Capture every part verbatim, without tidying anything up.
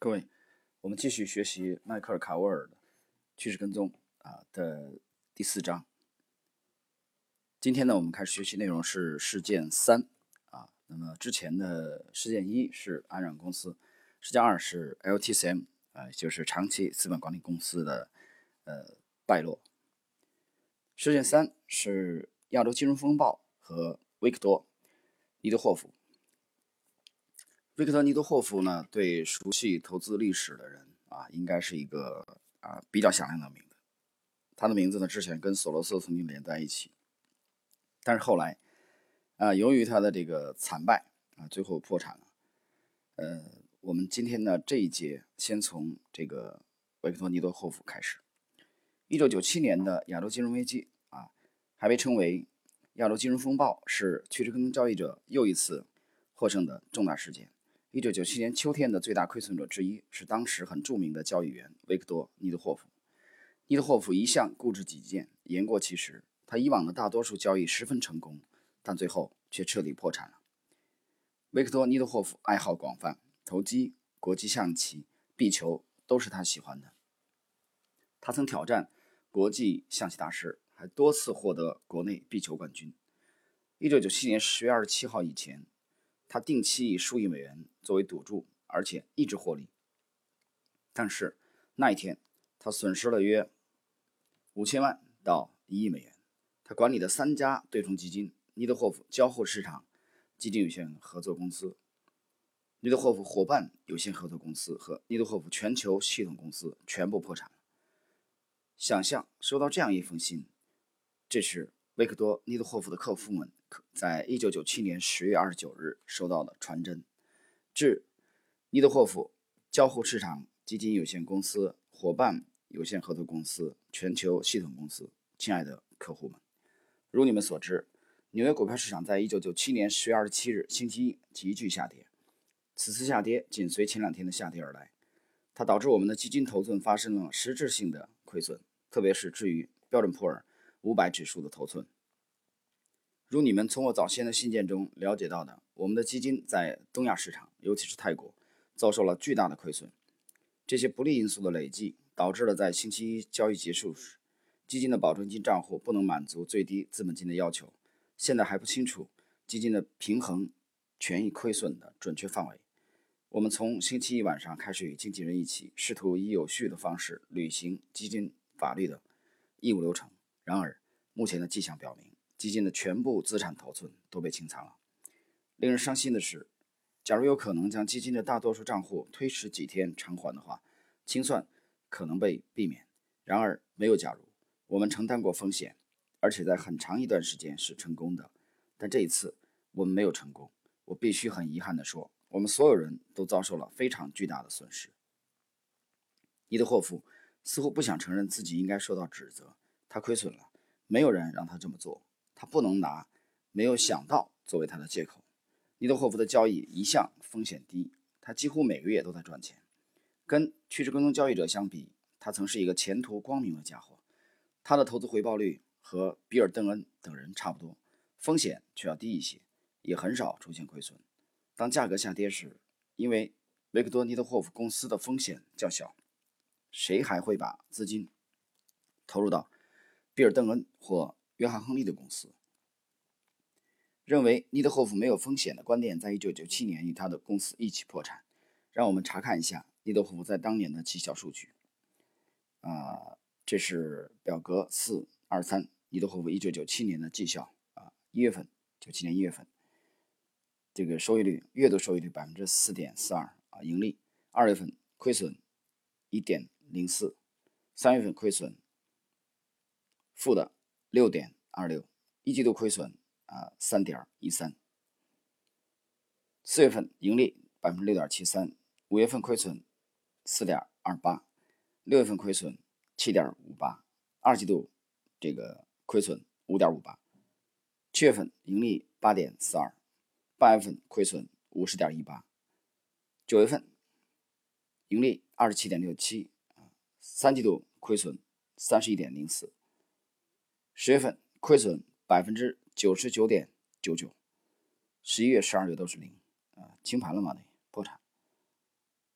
各位，我们继续学习迈克尔·卡沃尔的趋势跟踪啊的第四章。今天呢，我们开始学习内容是事件三啊。那么之前的事件一是安软公司，事件二是 L T C M 啊，就是长期资本管理公司的呃败落。事件三是亚洲金融风暴和维克多·尼德霍夫。维克多·尼德霍夫呢，对熟悉投资历史的人啊，应该是一个啊比较响亮的名字。他的名字呢，之前跟索罗斯曾经连在一起，但是后来啊，由于他的这个惨败啊，最后破产了。呃，我们今天呢这一节先从这个维克多·尼德霍夫开始。一九九七年的亚洲金融危机啊，还被称为亚洲金融风暴，是趋势跟踪交易者又一次获胜的重大事件。一九九七年秋天的最大亏损者之一是当时很著名的交易员维克多·尼德霍夫。尼德霍夫一向固执己见，言过其实。他以往的大多数交易十分成功，但最后却彻底破产了。维克多·尼德霍夫爱好广泛，投机、国际象棋、壁球都是他喜欢的。他曾挑战国际象棋大师，还多次获得国内壁球冠军。一九九七年十月二十七号以前，他定期以数亿美元作为赌注，而且一直获利。但是那一天，他损失了约五千万到一亿美元。他管理的三家对冲基金——尼德霍夫交互市场基金有限合作公司、尼德霍夫伙伴有限合作公司和尼德霍夫全球系统公司全部破产了。想象收到这样一封信，这是维克多·尼德霍夫的客户们在一九九七年十月二十九日收到的传真，致尼德霍夫交互市场基金有限公司伙伴有限合作公司全球系统公司。亲爱的客户们，如你们所知，纽约股票市场在一九九七年十月二十七日星期一急剧下跌，此次下跌紧随前两天的下跌而来，它导致我们的基金头寸发生了实质性的亏损，特别是至于标准普尔五百指数的头寸。如你们从我早先的信件中了解到的，我们的基金在东亚市场，尤其是泰国，遭受了巨大的亏损。这些不利因素的累计，导致了在星期一交易结束时，基金的保证金账户不能满足最低资本金的要求。现在还不清楚基金的平衡权益亏损的准确范围。我们从星期一晚上开始与经纪人一起，试图以有序的方式履行基金法律的义务流程。然而，目前的迹象表明，基金的全部资产头寸都被清仓了。令人伤心的是，假如有可能将基金的大多数账户推迟几天偿还的话，清算可能被避免。然而，没有假如。我们承担过风险，而且在很长一段时间是成功的，但这一次我们没有成功。我必须很遗憾地说，我们所有人都遭受了非常巨大的损失。尼德霍夫似乎不想承认自己应该受到指责，他亏损了，没有人让他这么做，他不能拿没有想到作为他的借口。尼德霍夫的交易一向风险低，他几乎每个月都在赚钱。跟趋势跟踪交易者相比，他曾是一个前途光明的家伙。他的投资回报率和比尔·邓恩等人差不多，风险却要低一些，也很少出现亏损。当价格下跌时，因为维克多·尼德霍夫公司的风险较小，谁还会把资金投入到比尔·邓恩或约翰·亨利的公司？认为尼德霍夫没有风险的观点，在一九九七年与他的公司一起破产。让我们查看一下尼德霍夫在当年的绩效数据。啊、呃，这是表格四二三，尼德霍夫一九九七年的绩效啊，一月份，九七年一月份，这个收益率，月度收益率百分之四点四二啊，盈利二月份亏损一点零四，三月份亏损负的六点二六，一季度亏损啊三点一三，四月份盈利百分之六点七三，五月份亏损四点二八，六月份亏损七点五八，二季度这个亏损五点五八，七月份盈利八点四二，八月份亏损五十点一八，九月份盈利二十七点六七，三季度亏损三十一点零四，十月份亏损百分之九十九点九九，十一月、十二月都是零，啊，清盘了嘛？得破产。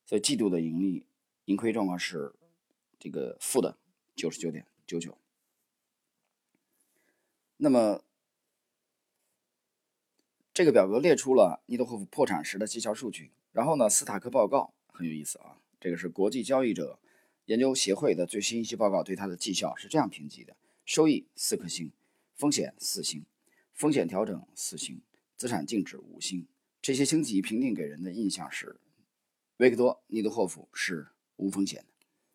所以季度的盈利盈亏状况是这个负的九十九点九九。那么这个表格列出了尼德霍夫破产时的绩效数据，然后呢，斯塔克报告很有意思啊，这个是国际交易者研究协会的最新一期报告，对它的绩效是这样评级的：收益四颗星，风险四星，风险调整四星，资产净值五星。这些星级评定给人的印象是，维克多·尼德霍夫是无风险的。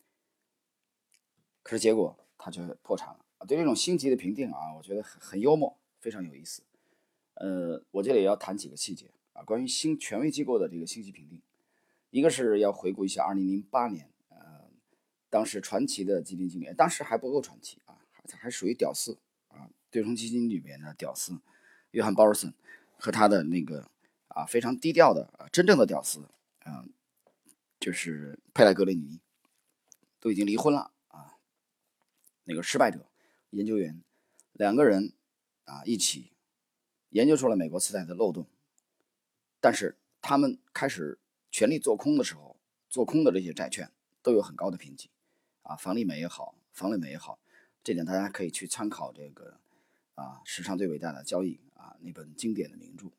可是结果他却破产了啊！对这种星级的评定啊，我觉得很很幽默，非常有意思。呃，我这里也要谈几个细节啊，关于星权威机构的这个星级评定。一个是要回顾一下二零零八年，呃，当时传奇的基金经理，当时还不够传奇啊，还还属于屌丝啊，对冲基金里面的屌丝，约翰·鲍尔森和他的那个啊非常低调的啊真正的屌丝啊，就是佩莱格雷尼，都已经离婚了啊。那个失败者研究员两个人啊一起研究出了美国次贷的漏洞，但是他们开始全力做空的时候，做空的这些债券都有很高的评级啊，房利美也好，房利美也好，这点大家可以去参考这个啊史上最伟大的交易啊那本经典的名著。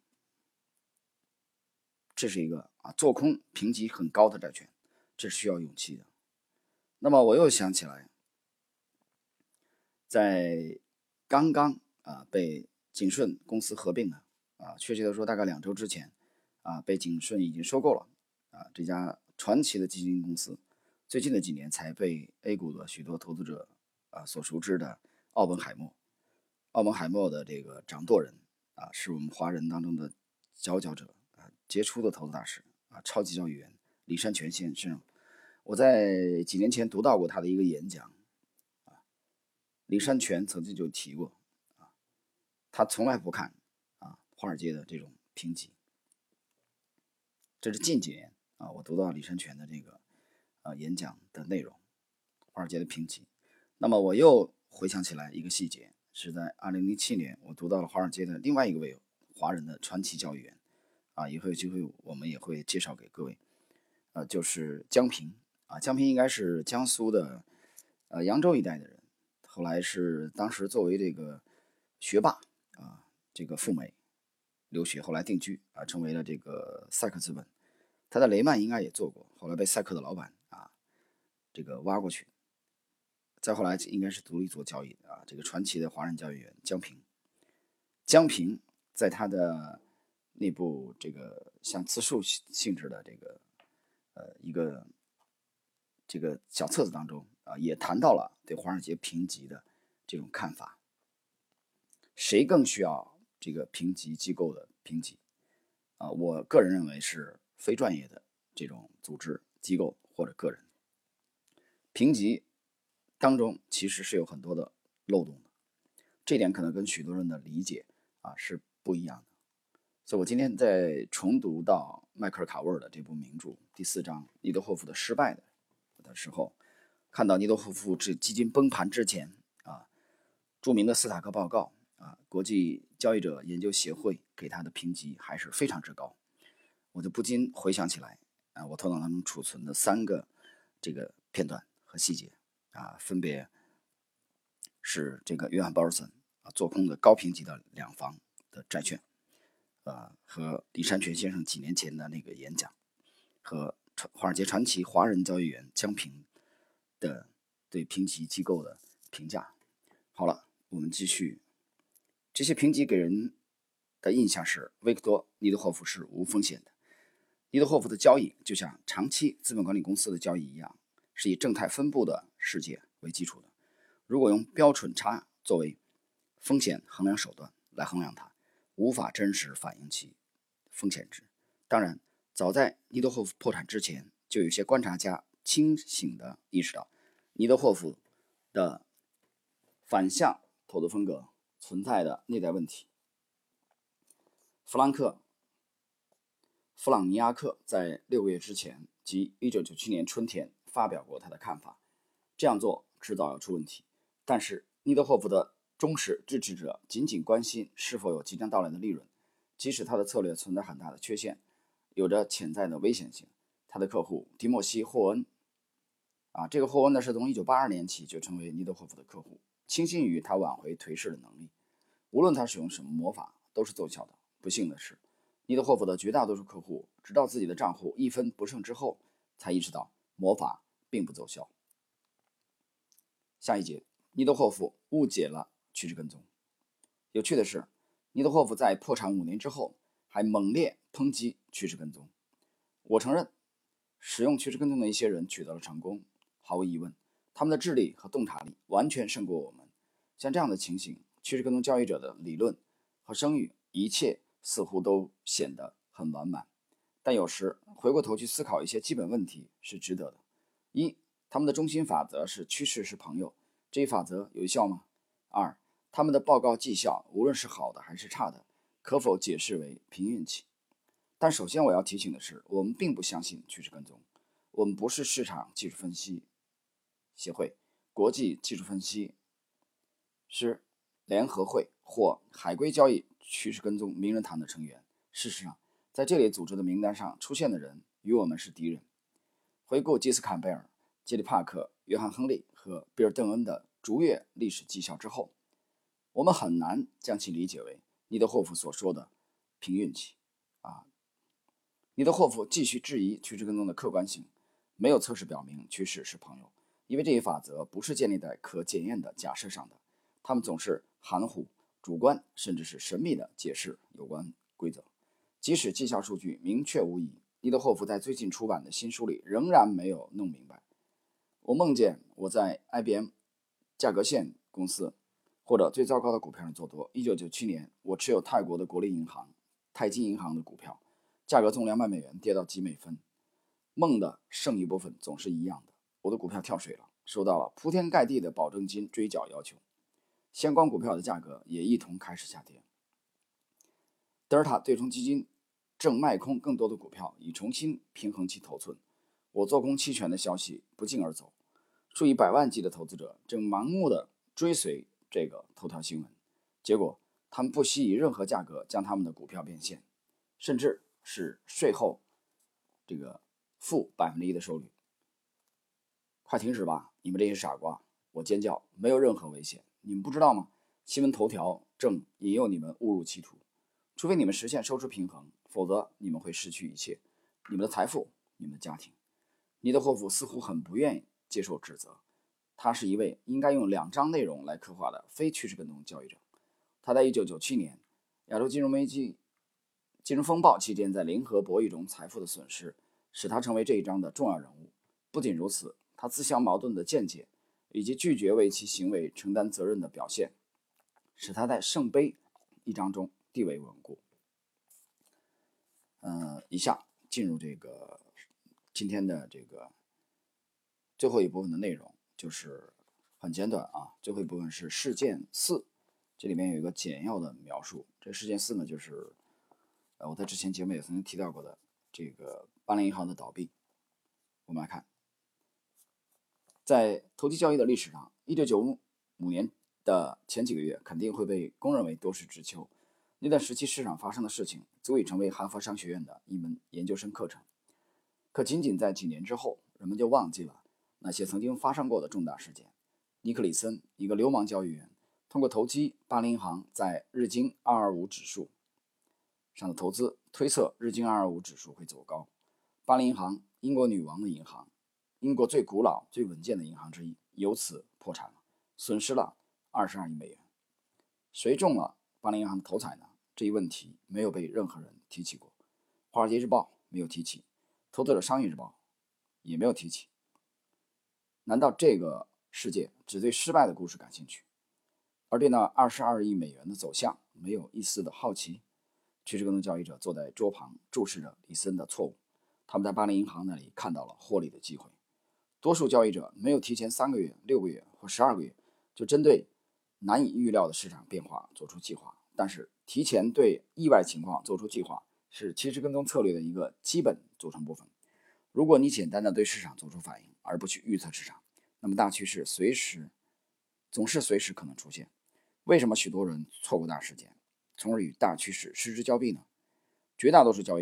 这是一个啊做空评级很高的债券，这是需要勇气的。那么我又想起来，在刚刚啊被景顺公司合并了啊，确切的说大概两周之前啊被景顺已经收购了啊，这家传奇的基金公司最近的几年才被 A 股的许多投资者啊所熟知的奥本海默。奥本海默的这个掌舵人啊，是我们华人当中的佼佼者啊，杰出的投资大师啊，超级交易员李山泉先生。我在几年前读到过他的一个演讲啊，李山泉曾经就提过啊，他从来不看啊华尔街的这种评级。这是近几年啊，我读到李山泉的这个啊演讲的内容，华尔街的评级。那么我又回想起来一个细节，是在二零零七年，我读到了华尔街的另外一个位华人的传奇交易员啊，以后有机会我们也会介绍给各位，呃，就是江平啊，江平应该是江苏的呃扬州一带的人，后来是当时作为这个学霸啊，这个赴美留学，后来定居啊，成为了这个赛克资本。他在雷曼应该也做过，后来被赛克的老板啊这个挖过去，再后来应该是独立做交易啊。这个传奇的华人交易员江平，江平在他的那部这个像自述性质的这个呃一个这个小册子当中啊，也谈到了对华尔街评级的这种看法。谁更需要这个评级机构的评级啊？我个人认为是非专业的这种组织机构或者个人。评级当中其实是有很多的漏洞的，这点可能跟许多人的理解啊是不一样的。所以我今天在重读到迈克尔·卡沃尔的这部名著第四章尼德霍夫的失败的的时候，看到尼德霍夫这基金崩盘之前啊，著名的斯塔克报告啊，国际交易者研究协会给他的评级还是非常之高，我就不禁回想起来啊，我头脑当中储存的三个这个片段和细节啊，分别是这个约翰·鲍尔森啊做空的高评级的两房的债券。呃，和李山泉先生几年前的那个演讲，和华尔街传奇华人交易员江平的对评级机构的评价。好了，我们继续。这些评级给人的印象是，维克多·尼德霍夫是无风险的。尼德霍夫的交易就像长期资本管理公司的交易一样，是以正态分布的世界为基础的。如果用标准差作为风险衡量手段来衡量它，无法真实反映其风险值。当然，早在尼德霍夫破产之前，就有些观察家清醒地意识到，尼德霍夫的反向投资风格存在的内在问题。弗兰克·弗朗尼亚克在六个月之前，即一九九七年春天发表过他的看法：这样做迟早要出问题。但是尼德霍夫的忠实支持者仅仅关心是否有即将到来的利润，即使他的策略存在很大的缺陷，有着潜在的危险性， 他的客户迪莫西·霍恩啊，这个霍恩呢是从一九八二年起就成为尼德霍夫的客户，倾心于他挽回颓势的能力。无论他使用什么魔法，都是奏效的。不幸的是，尼德霍夫的绝大多数客户直到自己的账户一分不剩之后，才意识到魔法并不奏效。下一节，尼德霍夫误解了趋势跟踪。有趣的是，尼德霍夫在破产五年之后，还猛烈抨击趋势跟踪。我承认，使用趋势跟踪的一些人取得了成功，毫无疑问，他们的智力和洞察力完全胜过我们。像这样的情形，趋势跟踪交易者的理论和声誉，一切似乎都显得很完满。但有时回过头去思考一些基本问题是值得的。一，他们的中心法则是趋势是朋友，这一法则有效吗？二，他们的报告绩效无论是好的还是差的，可否解释为凭运气？但首先我要提醒的是，我们并不相信趋势跟踪。我们不是市场技术分析协会、国际技术分析师联合会或海归交易趋势跟踪名人堂的成员。事实上，在这类组织的名单上出现的人与我们是敌人。回顾基斯坎贝尔、杰里帕克、约翰亨利和比尔邓恩的逐月历史绩效之后，我们很难将其理解为尼德霍夫所说的凭运气啊。尼德霍夫继续质疑趋势跟踪的客观性，没有测试表明趋势是朋友，因为这一法则不是建立在可检验的假设上的，他们总是含糊、主观甚至是神秘地解释有关规则。即使绩效数据明确无疑，尼德霍夫在最近出版的新书里仍然没有弄明白。我梦见我在 I B M 价格线公司或者最糟糕的股票上做多。一九九七年，我持有泰国的国立银行泰金银行的股票，价格从两百美元跌到几美分。梦的剩余部分总是一样的，我的股票跳水了，收到了铺天盖地的保证金追缴要求，相关股票的价格也一同开始下跌。德尔塔对冲基金正卖空更多的股票，以重新平衡其头寸。我做空期权的消息不胫而走，数以百万计的投资者正盲目地追随这个头条新闻，结果他们不惜以任何价格将他们的股票变现，甚至是税后这个负百分之一的收率。快停止吧，你们这些傻瓜！我尖叫，没有任何危险。你们不知道吗？新闻头条正引诱你们误入歧途。除非你们实现收支平衡，否则你们会失去一切，你们的财富，你们的家庭。尼德霍夫似乎很不愿意接受指责，他是一位应该用两章内容来刻画的非趋势跟踪交易者。他在一九九七年亚洲金融危机、金融风暴期间在零和博弈中财富的损失，使他成为这一章的重要人物。不仅如此，他自相矛盾的见解以及拒绝为其行为承担责任的表现，使他在圣杯一章中地位稳固。呃，以下进入这个今天的这个最后一部分的内容，就是很简短啊。最后一部分是事件四，这里面有一个简要的描述。这事件四呢，就是呃我在之前节目也曾经提到过的这个巴林银行的倒闭。我们来看，在投机交易的历史上，一九九五年的前几个月肯定会被公认为多事之秋。那段时期市场发生的事情足以成为哈佛商学院的一门研究生课程。可仅仅在几年之后，人们就忘记了那些曾经发生过的重大事件。尼克里森，一个流氓交易员，通过投机巴林银行在日经二二五指数上的投资，推测日经二二五指数会走高。巴林银行，英国女王的银行，英国最古老、最稳健的银行之一，由此破产了，损失了二十二亿美元。谁中了巴林银行的头彩呢？这一问题没有被任何人提起过。华尔街日报没有提起，投资者商业日报也没有提起。难道这个世界只对失败的故事感兴趣，而对那二十二亿美元的走向没有一丝的好奇？趋势跟踪交易者坐在桌旁注视着李森的错误，他们在巴林银行那里看到了获利的机会。多数交易者没有提前三个月、六个月或十二个月就针对难以预料的市场变化做出计划，但是提前对意外情况做出计划是趋势跟踪策略的一个基本组成部分。如果你简单的对市场做出反应，而不去预测市场，那么大趋势随时总是随时可能出现。为什么许多人错过大事件，从而与大趋势失之交臂呢？绝大多数交易者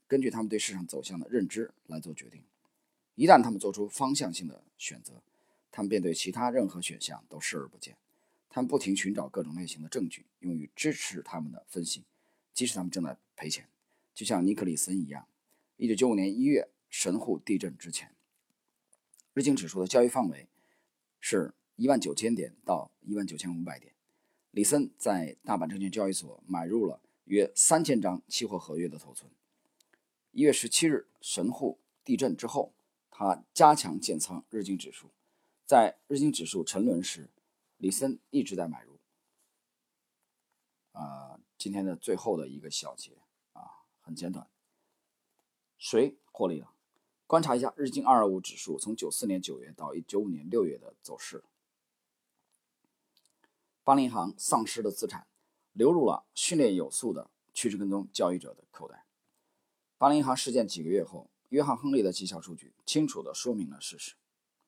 根据他们对市场走向的认知来做决定。一旦他们做出方向性的选择，他们便对其他任何选项都视而不见。他们不停寻找各种类型的证据，用于支持他们的分析，即使他们正在赔钱。就像尼克里森一样，一九九五年一月神户地震之前，日经指数的交易范围是一万九千点到一万九千五百点。里森在大阪证券交易所买入了约三千张期货合约的头寸。一月十七日神户地震之后，他加强建仓日经指数，在日经指数沉沦时，里森一直在买入。啊、呃，今天的最后的一个小节啊，很简短。谁获利了？观察一下日经二二五指数从九四年九月到九五年六月的走势。巴林银行丧失的资产流入了训练有素的趋势跟踪交易者的口袋。巴林银行事件几个月后，约翰·亨利的绩效数据清楚地说明了事实。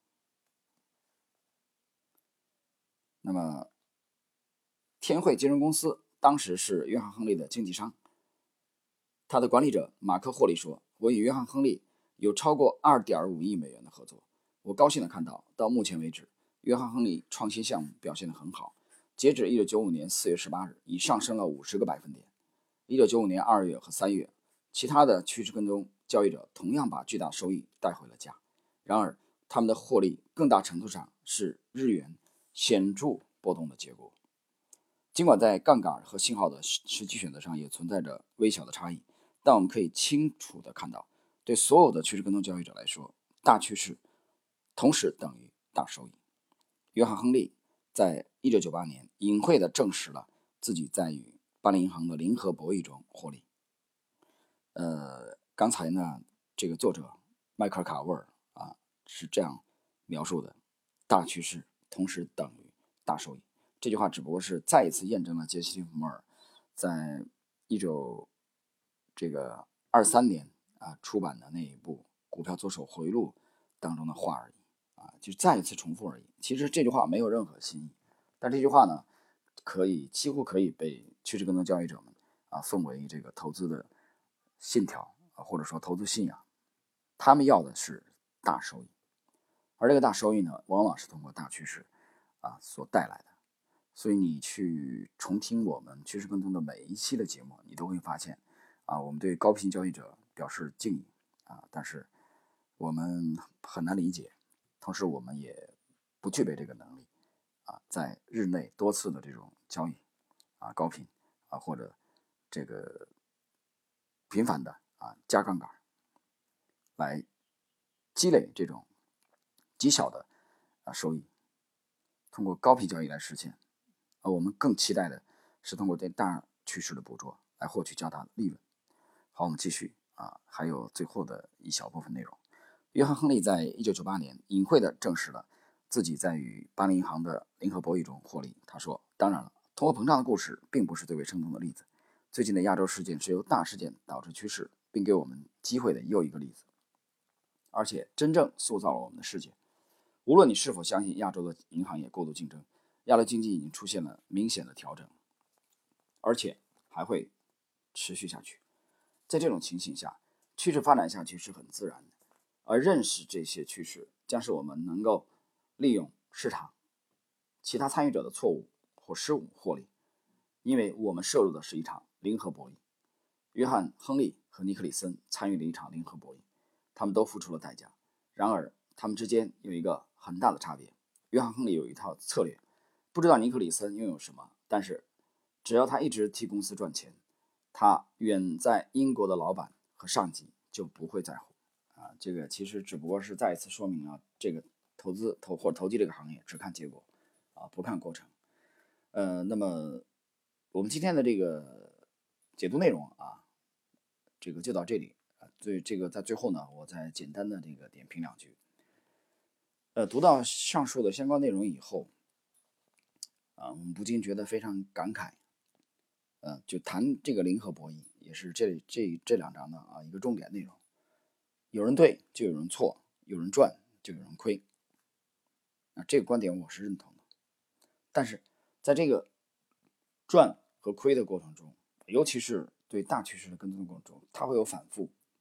那么，天汇金融公司当时是约翰·亨利的经纪商，他的管理者马克·霍利说：“我与约翰·亨利有超过 二点五亿美元的合作。我高兴地看到，到目前为止，约翰·亨利创新项目表现得很好。截止一九九五年四月十八日，已上升了五十个百分点。一九九五年二月和三月，其他的趋势跟踪交易者同样把巨大收益带回了家。然而，他们的获利更大程度上是日元显著波动的结果。尽管在杠杆和信号的实际选择上也存在着微小的差异，但我们可以清楚地看到，对所有的趋势跟踪交易者来说，大趋势同时等于大收益。约翰·亨利在一九九八年隐晦地证实了自己在与巴林银行的零和博弈中获利。呃，刚才呢，这个作者迈克尔·卡沃尔啊是这样描述的：大趋势同时等于大收益。这句话只不过是再一次验证了杰西·利弗莫尔在一九这个二三年啊出版的那一部《股票左手回录》当中的话而已啊，就再一次重复而已。其实这句话没有任何新意，但这句话呢，可以几乎可以被趋势跟踪交易者们啊奉为这个投资的信条啊，或者说投资信仰。他们要的是大收益，而这个大收益呢，往往是通过大趋势啊所带来的。所以你去重听我们趋势跟踪的每一期的节目，你都会发现啊，我们对高频交易者表示敬意啊，但是我们很难理解，同时我们也不具备这个能力啊，在日内多次的这种交易啊高频啊或者这个频繁的啊加杠杆来积累这种极小的啊收益，通过高频交易来实现。而我们更期待的是通过对大趋势的捕捉来获取较大的利润。好，我们继续啊，还有最后的一小部分内容。约翰·亨利在一九九八年隐晦地证实了自己在与巴林银行的零和博弈中获利。他说：“当然了，通货膨胀的故事并不是最为生动的例子。最近的亚洲事件是由大事件导致趋势，并给我们机会的又一个例子，而且真正塑造了我们的世界。无论你是否相信亚洲的银行业过度竞争，亚洲经济已经出现了明显的调整，而且还会持续下去。在这种情形下，趋势发展下去是很自然的，而认识这些趋势将是我们能够利用市场其他参与者的错误或失误获利，因为我们涉入的是一场零和博弈。约翰·亨利和尼克里森参与了一场零和博弈，他们都付出了代价。然而，他们之间有一个很大的差别。约翰·亨利有一套策略，不知道尼克里森拥有什么，但是只要他一直替公司赚钱，他远在英国的老板和上级就不会在乎啊。这个其实只不过是再一次说明了这个投资投或者投机这个行业只看结果啊，不看过程。呃，那么我们今天的这个解读内容啊，这个就到这里啊。最这个在最后呢，我再简单的这个点评两句。呃，读到上述的相关内容以后，啊，我们不禁觉得非常感慨。呃，就谈这个零和博弈，也是这这这两章的啊一个重点内容。有人对就有人错，有人赚就有人亏。啊，这个观点我是认同的。但是在这个赚和亏的过程中，尤其是对大趋势的跟踪的过程中，它会有反复，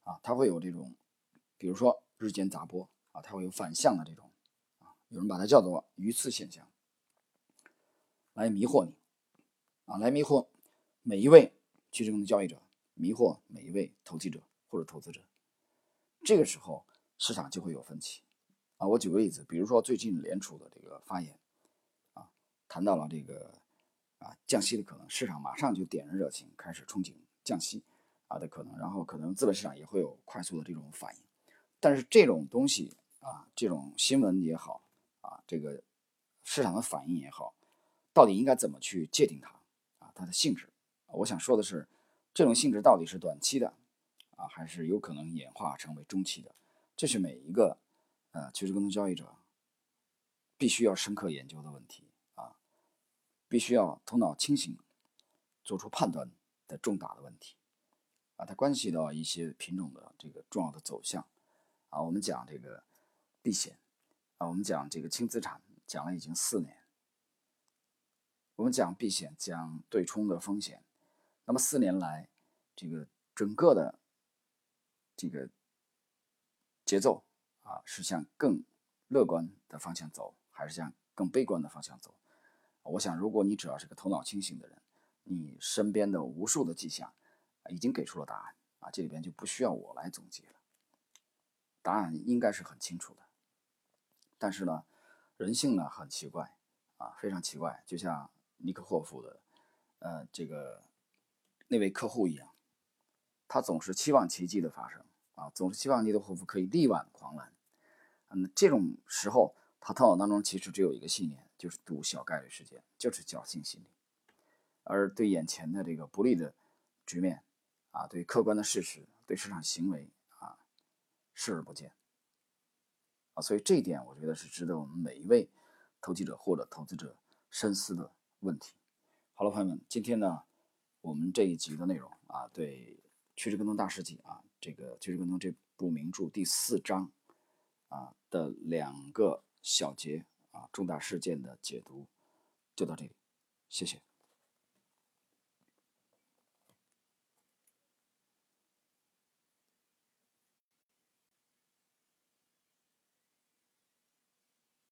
啊，它会有这种，比如说日间杂波啊，它会有反向的这种啊，有人把它叫做鱼刺现象，来迷惑你啊，来迷惑每一位趋势跟踪交易者，迷惑每一位投机者或者投资者。这个时候市场就会有分歧啊。我举个例子，比如说最近联储的这个发言啊，谈到了这个啊降息的可能，市场马上就点燃热情，开始憧憬降息啊的可能，然后可能资本市场也会有快速的这种反应。但是这种东西啊，这种新闻也好啊，这个市场的反应也好，到底应该怎么去界定它啊？它的性质，我想说的是，这种性质到底是短期的啊，还是有可能演化成为中期的？这是每一个呃趋势跟踪交易者必须要深刻研究的问题啊，必须要头脑清醒，做出判断的重大的问题啊，它关系到一些品种的这个重要的走向啊。我们讲这个避险啊，我们讲这个轻资产，讲了已经四年。我们讲避险，讲对冲的风险，那么四年来，这个整个的这个节奏啊，是向更乐观的方向走，还是向更悲观的方向走？我想，如果你只要是个头脑清醒的人，你身边的无数的迹象已经给出了答案啊，这里边就不需要我来总结了，答案应该是很清楚的。但是呢，人性呢很奇怪啊，非常奇怪，就像尼克霍夫的呃这个那位客户一样，他总是期望奇迹的发生啊，总是期望尼克霍夫可以力挽狂澜。嗯，这种时候他头脑当中其实只有一个信念，就是赌小概率事件，就是侥幸心理。而对眼前的这个不利的局面啊，对客观的事实，对市场行为啊视而不见啊，所以这一点我觉得是值得我们每一位投机者或者投资者深思的问题。好了，朋友们，今天呢，我们这一集的内容啊，对趋势跟踪大师级啊，这个趋势跟踪这部名著第四章啊的两个小节啊重大事件的解读就到这里，谢谢。